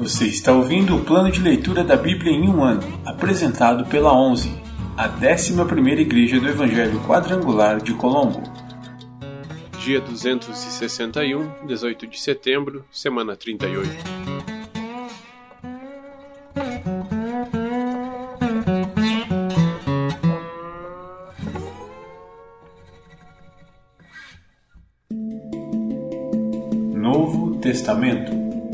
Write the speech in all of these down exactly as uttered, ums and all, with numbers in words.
Você está ouvindo o plano de leitura da Bíblia em um ano, apresentado pela onze, a décima primeira Igreja do Evangelho Quadrangular de Colombo. Dia duzentos e sessenta e um, dezoito de setembro, semana trinta e oito. Novo Testamento.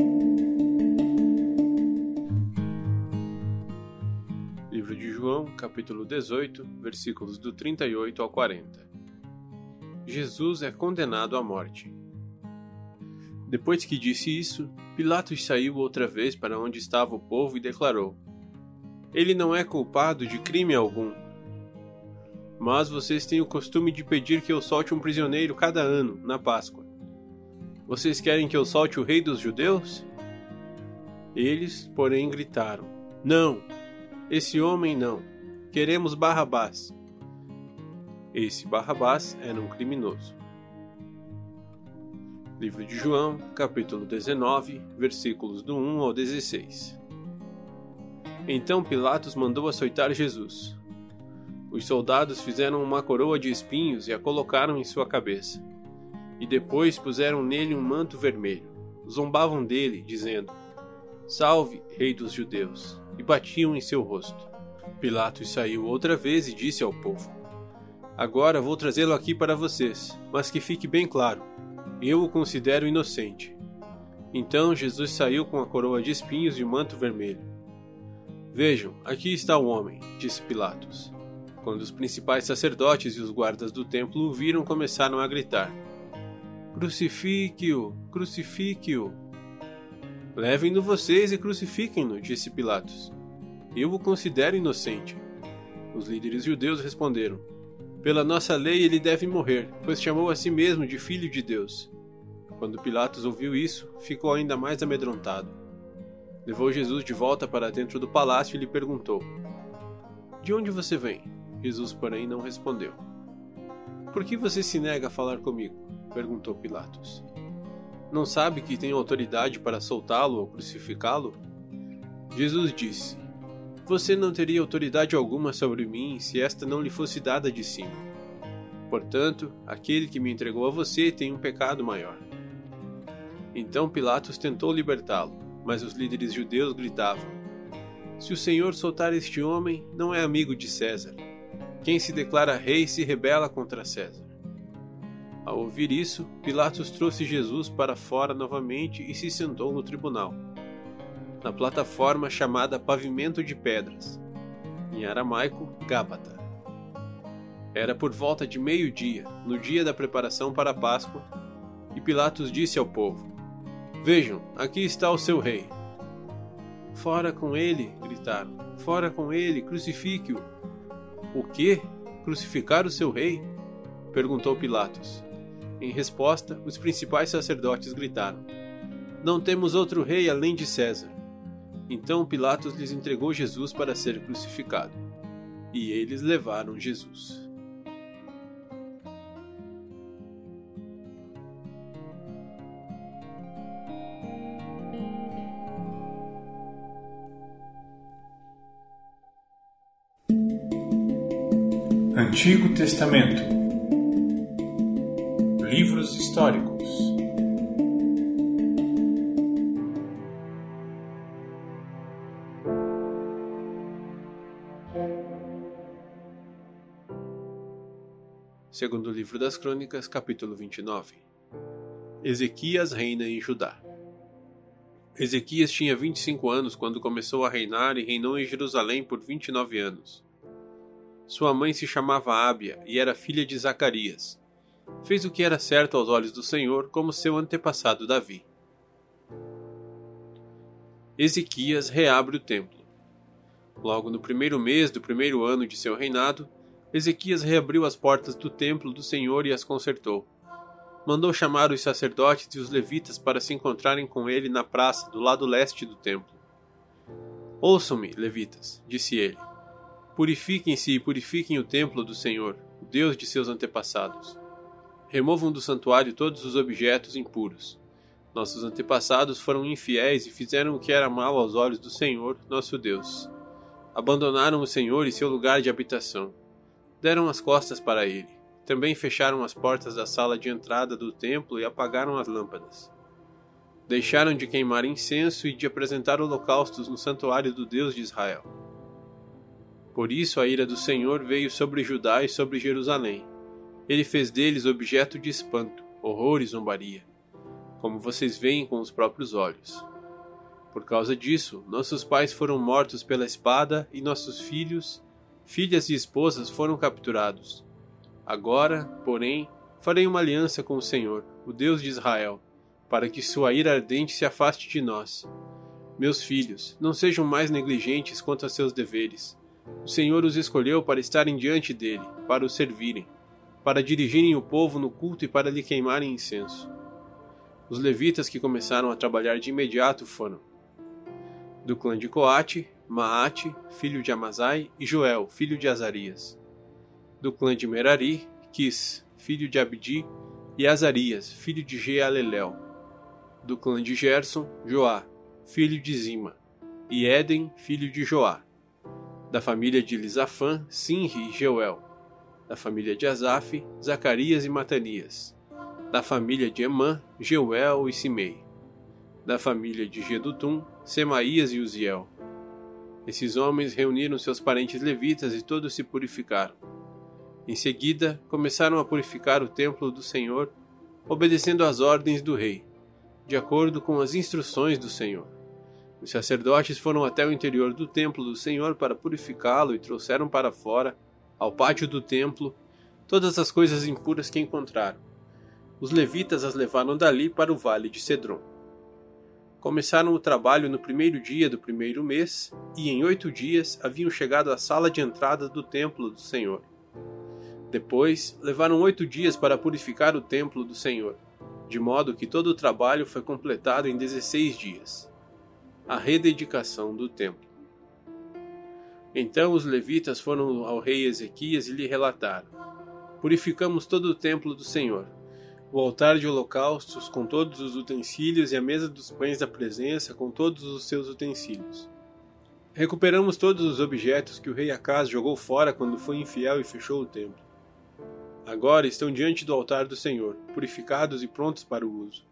Livro de João, capítulo dezoito, versículos do trinta e oito ao quarenta. Jesus é condenado à morte. Depois que disse isso, Pilatos saiu outra vez para onde estava o povo e declarou: Ele não é culpado de crime algum. Mas vocês têm o costume de pedir que eu solte um prisioneiro cada ano, na Páscoa. Vocês querem que eu solte o rei dos judeus? Eles, porém, gritaram: Não! Esse homem não! Queremos Barrabás! Esse Barrabás era um criminoso. Livro de João, capítulo dezenove, versículos do um ao dezesseis. Então Pilatos mandou açoitar Jesus. Os soldados fizeram uma coroa de espinhos e a colocaram em sua cabeça. E depois puseram nele um manto vermelho. Zombavam dele, dizendo: Salve, rei dos judeus! E batiam em seu rosto. Pilatos saiu outra vez e disse ao povo: Agora vou trazê-lo aqui para vocês, mas que fique bem claro, eu o considero inocente. Então Jesus saiu com a coroa de espinhos e o manto vermelho. Vejam, aqui está o homem, disse Pilatos. Quando os principais sacerdotes e os guardas do templo o viram, começaram a gritar: Crucifique-o! Crucifique-o! Levem-no vocês e crucifiquem-no, disse Pilatos. Eu o considero inocente. Os líderes judeus responderam: Pela nossa lei ele deve morrer, pois chamou a si mesmo de Filho de Deus. Quando Pilatos ouviu isso, ficou ainda mais amedrontado. Levou Jesus de volta para dentro do palácio e lhe perguntou: De onde você vem? Jesus, porém, não respondeu. Por que você se nega a falar comigo? Perguntou Pilatos. Não sabe que tenho autoridade para soltá-lo ou crucificá-lo? Jesus disse: Você não teria autoridade alguma sobre mim se esta não lhe fosse dada de cima. Portanto, aquele que me entregou a você tem um pecado maior. Então Pilatos tentou libertá-lo, mas os líderes judeus gritavam: Se o Senhor soltar este homem, não é amigo de César. Quem se declara rei se rebela contra César. Ao ouvir isso, Pilatos trouxe Jesus para fora novamente e se sentou no tribunal, na plataforma chamada Pavimento de Pedras, em aramaico, Gábata. Era por volta de meio-dia, no dia da preparação para a Páscoa, e Pilatos disse ao povo: Vejam, aqui está o seu rei. Fora com ele, gritaram. Fora com ele, crucifique-o. O quê? Crucificar o seu rei? Perguntou Pilatos. Em resposta, os principais sacerdotes gritaram: Não temos outro rei além de César. Então Pilatos lhes entregou Jesus para ser crucificado. E eles levaram Jesus. Antigo Testamento. Livros históricos. Segundo livro das Crônicas, capítulo vinte e nove. Ezequias reina em Judá. Ezequias tinha vinte e cinco anos quando começou a reinar e reinou em Jerusalém por vinte e nove anos. Sua mãe se chamava Ábia e era filha de Zacarias. Fez o que era certo aos olhos do Senhor, como seu antepassado Davi. Ezequias reabre o templo. Logo no primeiro mês do primeiro ano de seu reinado, Ezequias reabriu as portas do templo do Senhor e as consertou. Mandou chamar os sacerdotes e os levitas para se encontrarem com ele na praça do lado leste do templo. Ouçam-me, levitas, disse ele. Purifiquem-se e purifiquem o templo do Senhor, o Deus de seus antepassados. Removam do santuário todos os objetos impuros. Nossos antepassados foram infiéis e fizeram o que era mal aos olhos do Senhor, nosso Deus. Abandonaram o Senhor e seu lugar de habitação. Deram as costas para ele. Também fecharam as portas da sala de entrada do templo e apagaram as lâmpadas. Deixaram de queimar incenso e de apresentar holocaustos no santuário do Deus de Israel. Por isso a ira do Senhor veio sobre Judá e sobre Jerusalém. Ele fez deles objeto de espanto, horror e zombaria, como vocês veem com os próprios olhos. Por causa disso, nossos pais foram mortos pela espada e nossos filhos, filhas e esposas foram capturados. Agora, porém, farei uma aliança com o Senhor, o Deus de Israel, para que sua ira ardente se afaste de nós. Meus filhos, não sejam mais negligentes quanto a seus deveres. O Senhor os escolheu para estarem diante dele, para o servirem, para dirigirem o povo no culto e para lhe queimarem incenso. Os levitas que começaram a trabalhar de imediato foram: do clã de Coate, Maate, filho de Amazai, e Joel, filho de Azarias. Do clã de Merari, Quis, filho de Abdi, e Azarias, filho de Jealelel. Do clã de Gerson, Joá, filho de Zima, e Éden, filho de Joá. Da família de Elisafã, Sinri e Jeuel. Da família de Asaf, Zacarias e Matanias. Da família de Emã, Jeuel e Simei. Da família de Gedutum, Semaías e Uziel. Esses homens reuniram seus parentes levitas e todos se purificaram. Em seguida, começaram a purificar o templo do Senhor, obedecendo às ordens do rei, de acordo com as instruções do Senhor. Os sacerdotes foram até o interior do templo do Senhor para purificá-lo e trouxeram para fora, ao pátio do templo, todas as coisas impuras que encontraram. Os levitas as levaram dali para o vale de Cedron. Começaram o trabalho no primeiro dia do primeiro mês, e em oito dias haviam chegado à sala de entrada do templo do Senhor. Depois, levaram oito dias para purificar o templo do Senhor, de modo que todo o trabalho foi completado em dezesseis dias. A rededicação do templo. Então os levitas foram ao rei Ezequias e lhe relataram: Purificamos todo o templo do Senhor, o altar de holocaustos com todos os utensílios e a mesa dos pães da presença com todos os seus utensílios. Recuperamos todos os objetos que o rei Acaz jogou fora quando foi infiel e fechou o templo. Agora estão diante do altar do Senhor, purificados e prontos para o uso.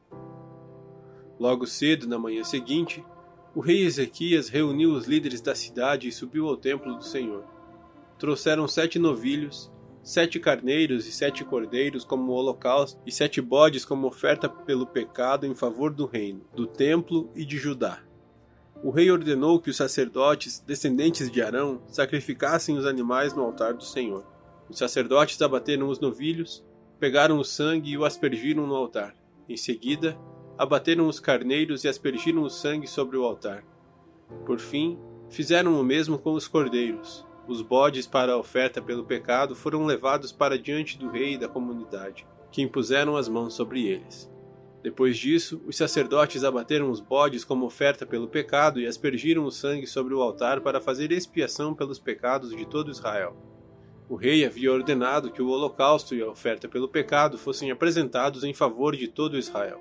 Logo cedo, na manhã seguinte, o rei Ezequias reuniu os líderes da cidade e subiu ao templo do Senhor. Trouxeram sete novilhos, sete carneiros e sete cordeiros como holocausto e sete bodes como oferta pelo pecado em favor do reino, do templo e de Judá. O rei ordenou que os sacerdotes, descendentes de Arão, sacrificassem os animais no altar do Senhor. Os sacerdotes abateram os novilhos, pegaram o sangue e o aspergiram no altar. Em seguida, abateram os carneiros e aspergiram o sangue sobre o altar. Por fim, fizeram o mesmo com os cordeiros. Os bodes para a oferta pelo pecado foram levados para diante do rei e da comunidade, que impuseram as mãos sobre eles. Depois disso, os sacerdotes abateram os bodes como oferta pelo pecado e aspergiram o sangue sobre o altar para fazer expiação pelos pecados de todo Israel. O rei havia ordenado que o holocausto e a oferta pelo pecado fossem apresentados em favor de todo Israel.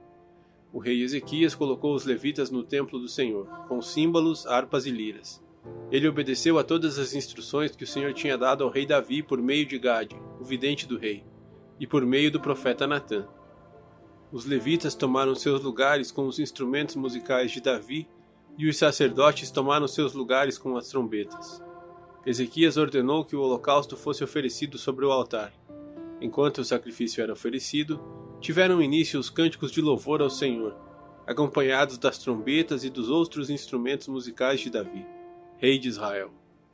O rei Ezequias colocou os levitas no templo do Senhor, com símbolos, harpas e liras. Ele obedeceu a todas as instruções que o Senhor tinha dado ao rei Davi por meio de Gade, o vidente do rei, e por meio do profeta Natã. Os levitas tomaram seus lugares com os instrumentos musicais de Davi, e os sacerdotes tomaram seus lugares com as trombetas. Ezequias ordenou que o holocausto fosse oferecido sobre o altar. Enquanto o sacrifício era oferecido, tiveram início os cânticos de louvor ao Senhor, acompanhados das trombetas e dos outros instrumentos musicais de Davi, rei de Israel.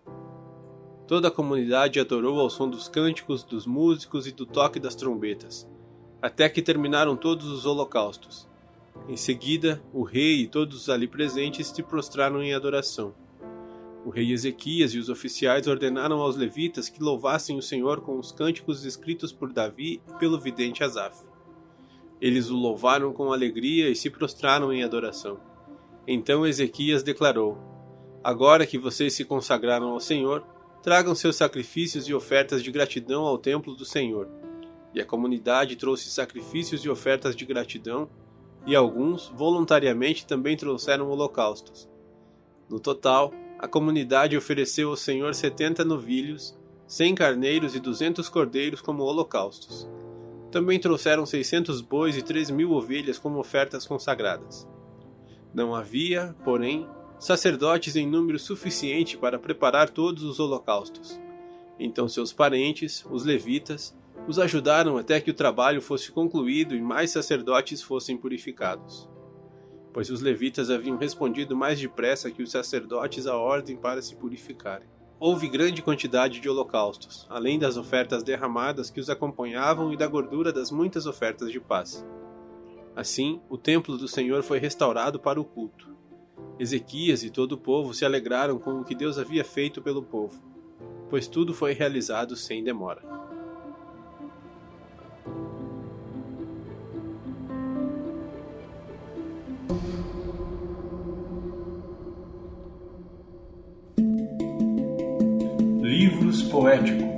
Toda a comunidade adorou ao som dos cânticos, dos músicos e do toque das trombetas, até que terminaram todos os holocaustos. Em seguida, o rei e todos os ali presentes se prostraram em adoração. O rei Ezequias e os oficiais ordenaram aos levitas que louvassem o Senhor com os cânticos escritos por Davi e pelo vidente Asaf. Eles o louvaram com alegria e se prostraram em adoração. Então Ezequias declarou: Agora que vocês se consagraram ao Senhor, tragam seus sacrifícios e ofertas de gratidão ao templo do Senhor. E a comunidade trouxe sacrifícios e ofertas de gratidão, e alguns voluntariamente também trouxeram holocaustos. No total, a comunidade ofereceu ao Senhor setenta novilhos, cem carneiros e duzentos cordeiros como holocaustos. Também trouxeram seiscentos bois e três mil ovelhas como ofertas consagradas. Não havia, porém, sacerdotes em número suficiente para preparar todos os holocaustos. Então seus parentes, os levitas, os ajudaram até que o trabalho fosse concluído e mais sacerdotes fossem purificados. Pois os levitas haviam respondido mais depressa que os sacerdotes à ordem para se purificarem. Houve grande quantidade de holocaustos, além das ofertas derramadas que os acompanhavam e da gordura das muitas ofertas de paz. Assim, o templo do Senhor foi restaurado para o culto. Ezequias e todo o povo se alegraram com o que Deus havia feito pelo povo, pois tudo foi realizado sem demora. Livros poéticos.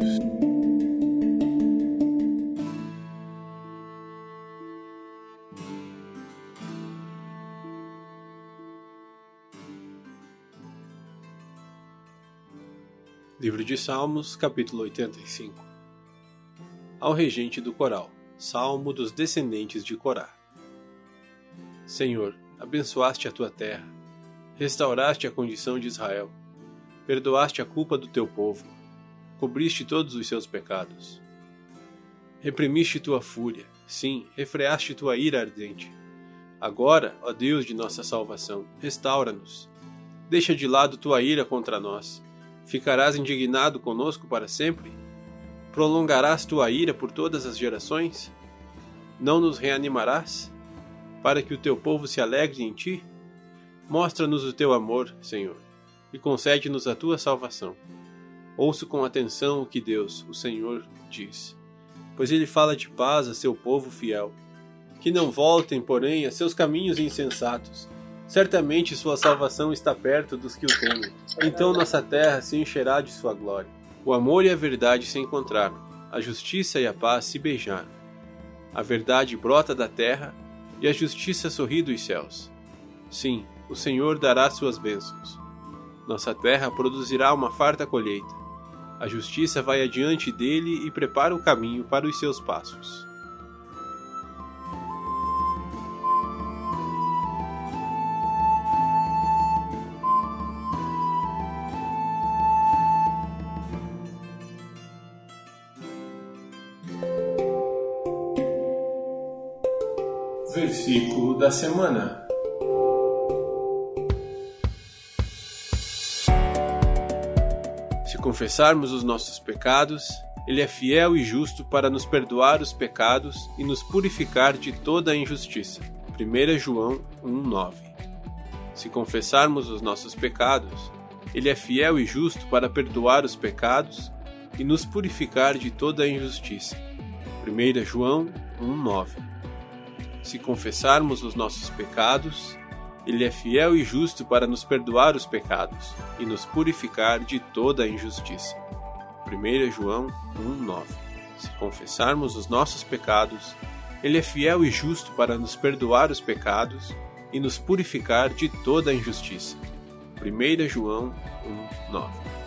Livro de Salmos, capítulo oitenta e cinco. Ao regente do coral, Salmo dos descendentes de Corá. Senhor, abençoaste a tua terra, restauraste a condição de Israel, perdoaste a culpa do teu povo, cobriste todos os seus pecados. Reprimiste tua fúria, sim, refreaste tua ira ardente. Agora, ó Deus de nossa salvação, restaura-nos. Deixa de lado tua ira contra nós. Ficarás indignado conosco para sempre? Prolongarás tua ira por todas as gerações? Não nos reanimarás, para que o teu povo se alegre em ti? Mostra-nos o teu amor, Senhor, e concede-nos a tua salvação. Ouço com atenção o que Deus, o Senhor, diz, pois ele fala de paz a seu povo fiel. Que não voltem, porém, a seus caminhos insensatos. Certamente sua salvação está perto dos que o temem. Então nossa terra se encherá de sua glória. O amor e a verdade se encontraram, a justiça e a paz se beijaram. A verdade brota da terra e a justiça sorri dos céus. Sim, o Senhor dará suas bênçãos. Nossa terra produzirá uma farta colheita. A justiça vai adiante dele e prepara o caminho para os seus passos. Versículo da semana. Se confessarmos os nossos pecados, ele é fiel e justo para nos perdoar os pecados e nos purificar de toda a injustiça. primeira João um, nove. Se confessarmos os nossos pecados, ele é fiel e justo para perdoar os pecados e nos purificar de toda a injustiça. primeira João um, nove. Se confessarmos os nossos pecados, ele é fiel e justo para nos perdoar os pecados e nos purificar de toda a injustiça. primeira João um, nove. Se confessarmos os nossos pecados, ele é fiel e justo para nos perdoar os pecados e nos purificar de toda a injustiça. primeira João um, nove.